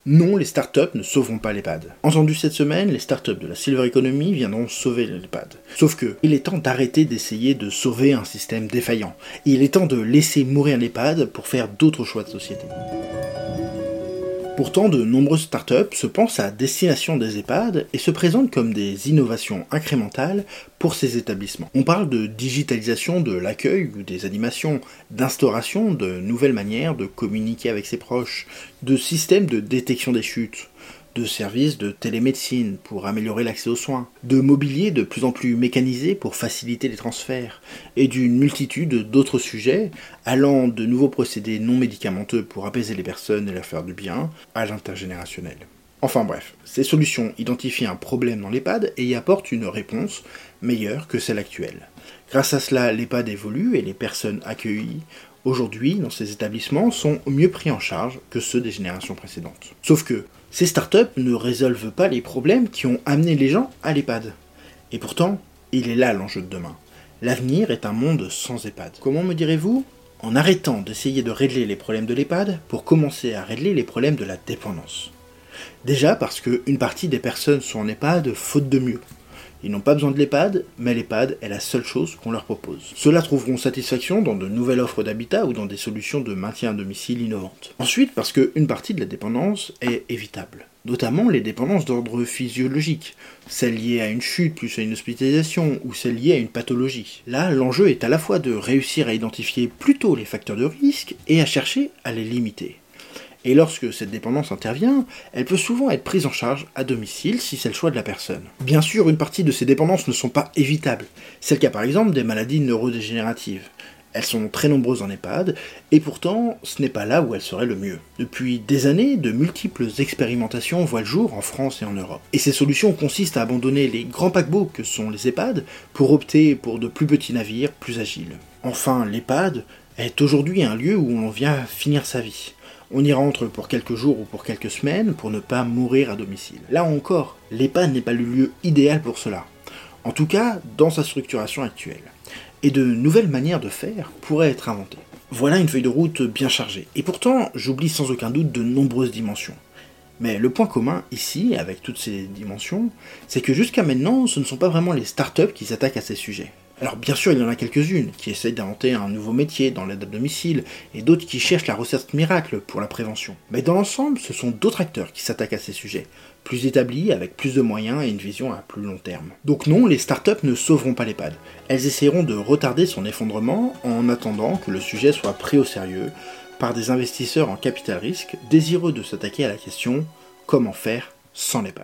Non, les startups ne sauveront pas l'EHPAD. Entendu cette semaine, les startups de la Silver Economy viendront sauver l'EHPAD. Sauf que, il est temps d'arrêter d'essayer de sauver un système défaillant. Il est temps de laisser mourir l'EHPAD pour faire d'autres choix de société. Pourtant, de nombreuses startups se pensent à destination des EHPAD et se présentent comme des innovations incrémentales pour ces établissements. On parle de digitalisation de l'accueil ou des animations, d'instauration de nouvelles manières de communiquer avec ses proches, de systèmes de détection des chutes, de services de télémédecine pour améliorer l'accès aux soins, de mobilier de plus en plus mécanisé pour faciliter les transferts, et d'une multitude d'autres sujets, allant de nouveaux procédés non médicamenteux pour apaiser les personnes et leur faire du bien, à l'intergénérationnel. Enfin bref, ces solutions identifient un problème dans l'EHPAD et y apportent une réponse meilleure que celle actuelle. Grâce à cela, l'EHPAD évolue et les personnes accueillies aujourd'hui dans ces établissements sont mieux pris en charge que ceux des générations précédentes. Sauf que ces startups ne résolvent pas les problèmes qui ont amené les gens à l'EHPAD. Et pourtant, il est là l'enjeu de demain. L'avenir est un monde sans EHPAD. Comment me direz-vous ? En arrêtant d'essayer de régler les problèmes de l'EHPAD pour commencer à régler les problèmes de la dépendance. Déjà parce qu'une partie des personnes sont en EHPAD faute de mieux. Ils n'ont pas besoin de l'EHPAD, mais l'EHPAD est la seule chose qu'on leur propose. Ceux-là trouveront satisfaction dans de nouvelles offres d'habitat ou dans des solutions de maintien à domicile innovantes. Ensuite, parce qu'une partie de la dépendance est évitable. Notamment les dépendances d'ordre physiologique, celles liées à une chute plus à une hospitalisation ou celles liées à une pathologie. Là, l'enjeu est à la fois de réussir à identifier plus tôt les facteurs de risque et à chercher à les limiter. Et lorsque cette dépendance intervient, elle peut souvent être prise en charge à domicile si c'est le choix de la personne. Bien sûr, une partie de ces dépendances ne sont pas évitables. C'est le cas par exemple des maladies neurodégénératives. Elles sont très nombreuses en EHPAD, et pourtant, ce n'est pas là où elles seraient le mieux. Depuis des années, de multiples expérimentations voient le jour en France et en Europe. Et ces solutions consistent à abandonner les grands paquebots que sont les EHPAD pour opter pour de plus petits navires plus agiles. Enfin, l'EHPAD est aujourd'hui un lieu où on vient finir sa vie. On y rentre pour quelques jours ou pour quelques semaines pour ne pas mourir à domicile. Là encore, l'EHPAD n'est pas le lieu idéal pour cela. En tout cas, dans sa structuration actuelle. Et de nouvelles manières de faire pourraient être inventées. Voilà une feuille de route bien chargée. Et pourtant, j'oublie sans aucun doute de nombreuses dimensions. Mais le point commun ici, avec toutes ces dimensions, c'est que jusqu'à maintenant, ce ne sont pas vraiment les startups qui s'attaquent à ces sujets. Alors bien sûr, il y en a quelques-unes qui essayent d'inventer un nouveau métier dans l'aide à domicile, et d'autres qui cherchent la recette miracle pour la prévention. Mais dans l'ensemble, ce sont d'autres acteurs qui s'attaquent à ces sujets, plus établis, avec plus de moyens et une vision à plus long terme. Donc non, les startups ne sauveront pas l'EHPAD. Elles essaieront de retarder son effondrement en attendant que le sujet soit pris au sérieux par des investisseurs en capital risque désireux de s'attaquer à la question « Comment faire sans l'EHPAD ?»